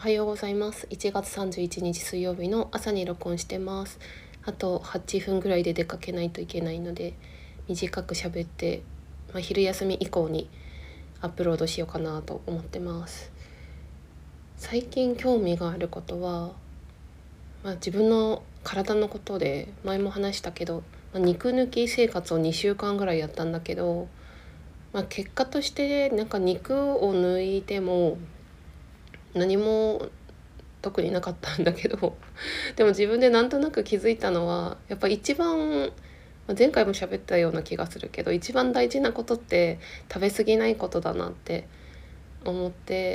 おはようございます。1月31日水曜日の朝に録音してます。あと8分ぐらいで出かけないといけないので、短く喋って、昼休み以降にアップロードしようかなと思ってます。最近興味があることは、自分の体のことで、前も話したけど、肉抜き生活を2週間ぐらいやったんだけど、結果としてなんか肉を抜いても何も特になかったんだけどでも自分でなんとなく気づいたのは、やっぱ一番前回も喋ったような気がするけど、一番大事なことって食べ過ぎないことだなって思って、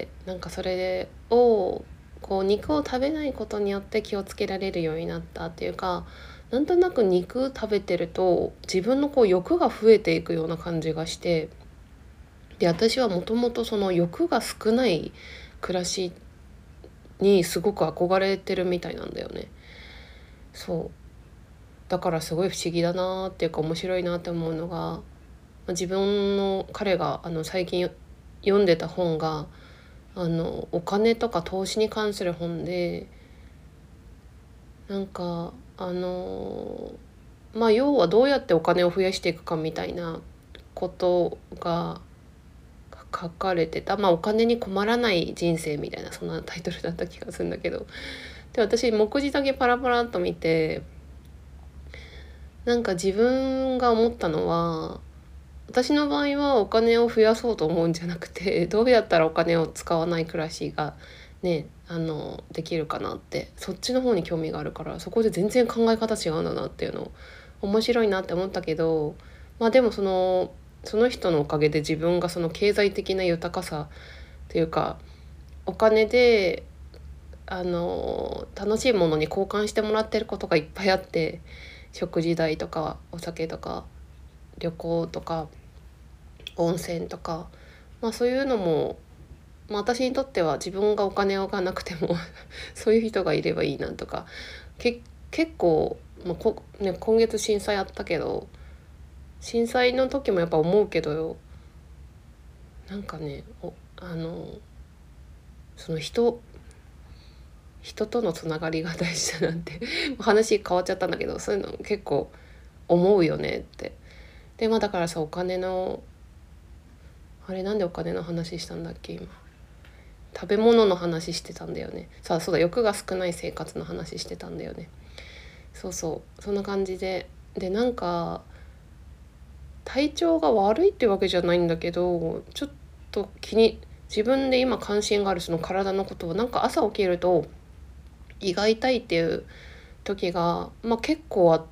なんかそれをこう肉を食べないことによって気をつけられるようになったっていうか、なんとなく肉食べてると自分のこう欲が増えていくような感じがして、で私はもともとその欲が少ない暮らしにすごく憧れてるみたいなんだよね。そうだからすごい不思議だなっていうか面白いなって思うのが、自分の彼が最近読んでた本がお金とか投資に関する本で、なんか要はどうやってお金を増やしていくかみたいなことが書かれてた、お金に困らない人生みたいな、そんなタイトルだった気がするんだけど、で私目次だけパラパラっと見て、なんか自分が思ったのは、私の場合はお金を増やそうと思うんじゃなくて、どうやったらお金を使わない暮らしがねできるかなって、そっちの方に興味があるから、そこで全然考え方違うんだなっていうの面白いなって思ったけど、でもその人のおかげで自分がその経済的な豊かさっていうか、お金で楽しいものに交換してもらってることがいっぱいあって、食事代とかお酒とか旅行とか温泉とか、そういうのも、私にとっては自分がお金がなくてもそういう人がいればいいなとか、結構、今月震災あったけど、震災の時もやっぱ思うけど、なんかねその人とのつながりが大事だなって話変わっちゃったんだけど、そういうの結構思うよねって。でだからさ、お金のなんでお金の話したんだっけ今。食べ物の話してたんだよね。そうだ、欲が少ない生活の話してたんだよね。そんな感じでなんか体調が悪いってわけじゃないんだけど、ちょっと自分で今関心があるその体のことを、なんか朝起きると胃が痛いっていう時が、結構あって、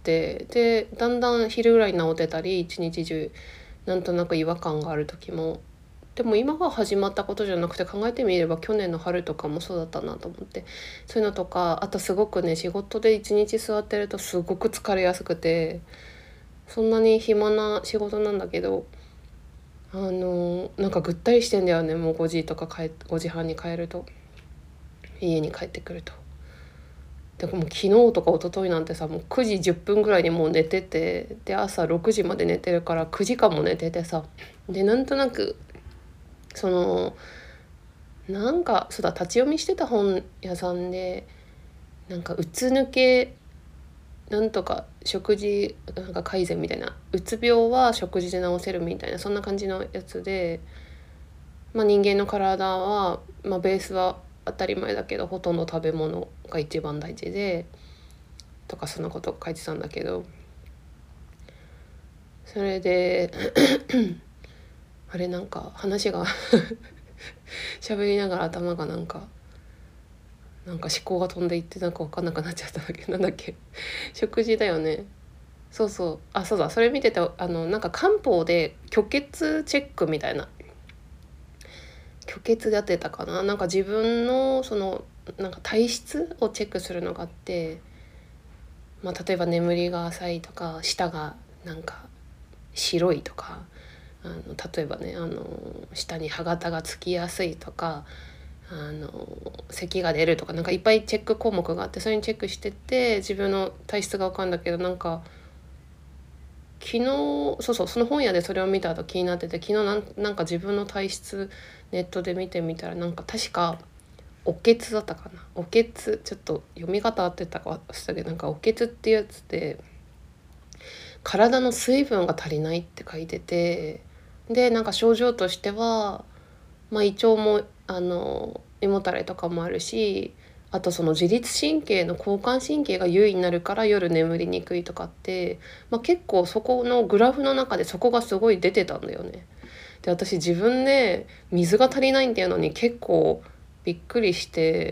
でだんだん昼ぐらいに治ってたり、一日中なんとなく違和感がある時も、でも今が始まったことじゃなくて、考えてみれば去年の春とかもそうだったなと思って、そういうのとか、あとすごくね、仕事で一日座ってるとすごく疲れやすくて、そんなに暇な仕事なんだけど、なんかぐったりしてんだよね。もう5時とか5時半に帰ると、家に帰ってくると。でも昨日とか一昨日なんてさ、もう9時10分ぐらいにもう寝てて、で朝6時まで寝てるから9時間も寝ててさ、でなんとなくなんかそうだ、立ち読みしてた本屋さんで、なんかうつ抜けなんとか食事なんか改善みたいな、うつ病は食事で治せるみたいな、そんな感じのやつで、人間の体は、ベースは当たり前だけど、ほとんど食べ物が一番大事でとか、そんなこと書いてたんだけど、それでなんか話が喋りながら頭がなんか思考が飛んでいって、なんか分かんなくなっちゃったんだけど、なんだっけ食事だよね。そうだ、それ見ててなんか漢方で虚血チェックみたいな、虚血でやってたかな、なんか自分のなんか体質をチェックするのがあって、例えば眠りが浅いとか、舌がなんか白いとか、例えばね舌に歯型がつきやすいとか、咳が出るとか、なんかいっぱいチェック項目があって、それにチェックしてって自分の体質が分かるんだけど、なんか昨日その本屋でそれを見た後気になってて、昨日なんか自分の体質ネットで見てみたら、なんか確かおけつだったかな、おけつ、ちょっと読み方合ってたか忘れたけど、なんかおけつっていうやつで体の水分が足りないって書いてて、でなんか症状としては、胃腸も胃もたれとかもあるし、あとその自律神経の交感神経が優位になるから夜眠りにくいとかって、結構そこのグラフの中でそこがすごい出てたんだよね。で私自分で水が足りないっていうのに結構びっくりして、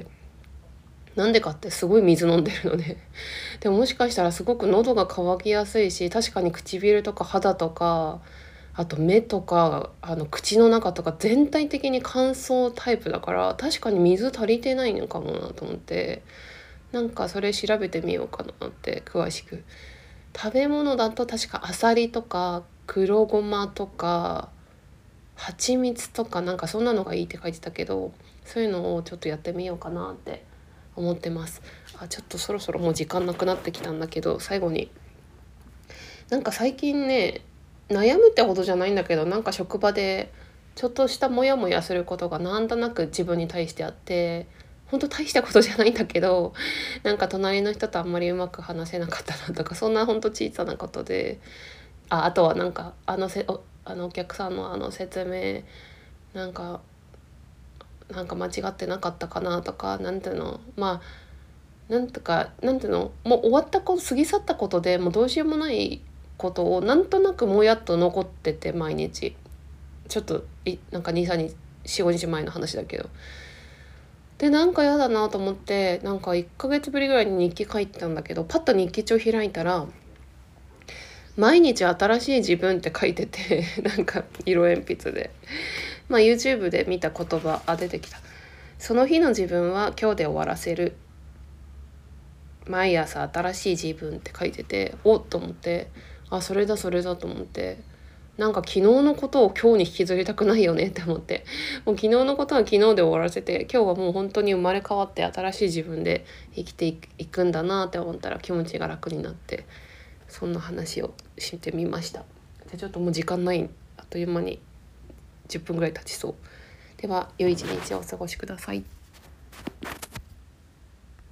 なんでかってすごい水飲んでるのででももしかしたらすごく喉が渇きやすいし、確かに唇とか肌とか、あと目とか口の中とか全体的に乾燥タイプだから、確かに水足りてないのかもなと思って、なんかそれ調べてみようかなって詳しく。食べ物だと確かアサリとか黒ごまとか蜂蜜とかなんかそんなのがいいって書いてたけど、そういうのをちょっとやってみようかなって思ってます。ちょっとそろそろもう時間なくなってきたんだけど、最後になんか最近ね、悩むってほどじゃないんだけど、なんか職場でちょっとしたモヤモヤすることがなんとなく自分に対してあって、本当大したことじゃないんだけど、なんか隣の人とあんまりうまく話せなかったなとか、そんな本当小さなことで、あとはなんかお客さんの説明なんか間違ってなかったかなとか、なんていうの、なんとかなんていうの、もう終わったこと、過ぎ去ったことでもうどうしようもないことをなんとなくもやっと残ってて、毎日ちょっとなんか2、3日4、5日前の話だけど、でなんかやだなと思って、なんか1ヶ月ぶりぐらいに日記書いてたんだけど、パッと日記帳開いたら毎日新しい自分って書いててなんか色鉛筆で、YouTube で見た言葉出てきた。その日の自分は今日で終わらせる、毎朝新しい自分って書いてて、おっと思って、それだそれだと思って、なんか昨日のことを今日に引きずりたくないよねって思って、もう昨日のことは昨日で終わらせて、今日はもう本当に生まれ変わって新しい自分で生きていくんだなって思ったら気持ちが楽になって、そんな話をしてみました。でちょっともう時間ない、あっという間に10分ぐらい経ちそう。では良い一日をお過ごしください。